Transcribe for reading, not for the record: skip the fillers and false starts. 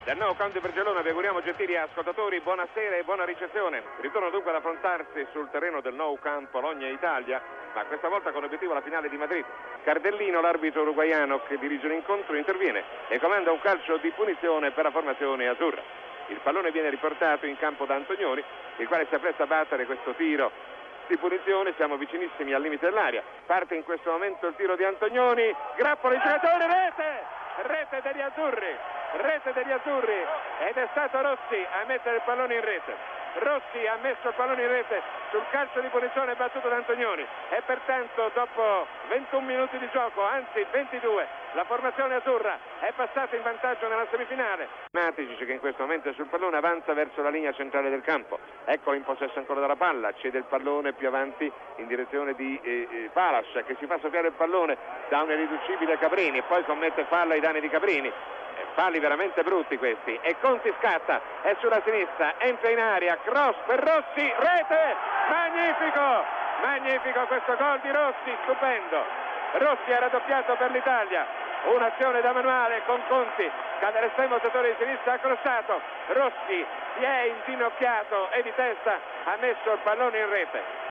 Dal Nou Camp di Barcellona vi auguriamo, gentili ascoltatori, buonasera e buona ricezione. Ritorno dunque ad affrontarsi sul terreno del Nou Camp Polonia-Italia, ma questa volta con obiettivo la finale di Madrid. Cardellino, l'arbitro uruguaiano che dirige l'incontro, interviene e comanda un calcio di punizione per la formazione azzurra. Il pallone viene riportato in campo da Antonioni, il quale si appresta a battere questo tiro di punizione. Siamo vicinissimi al limite dell'area. Parte in questo momento il tiro di Antonioni, grappola il giocatore, rete degli azzurri, ed è stato Rossi a mettere il pallone in rete. Rossi ha messo il pallone in rete sul calcio di punizione battuto da Antonioni e pertanto dopo 21 minuti di gioco, anzi 22, la formazione azzurra è passata in vantaggio nella semifinale. Matic, che in questo momento è sul pallone, avanza verso la linea centrale del campo, eccolo in possesso ancora della palla, cede il pallone più avanti in direzione di Palas, che si fa soffiare il pallone da un irriducibile Cabrini e poi commette fallo ai danni di Cabrini. Falli veramente brutti questi, e Conti scatta, è sulla sinistra, entra in aria, cross per Rossi, rete, magnifico questo gol di Rossi, stupendo. Rossi ha raddoppiato per l'Italia, un'azione da manuale con Conti, cade l'estremo settore di sinistra, ha crossato, Rossi si è inginocchiato e di testa ha messo il pallone in rete.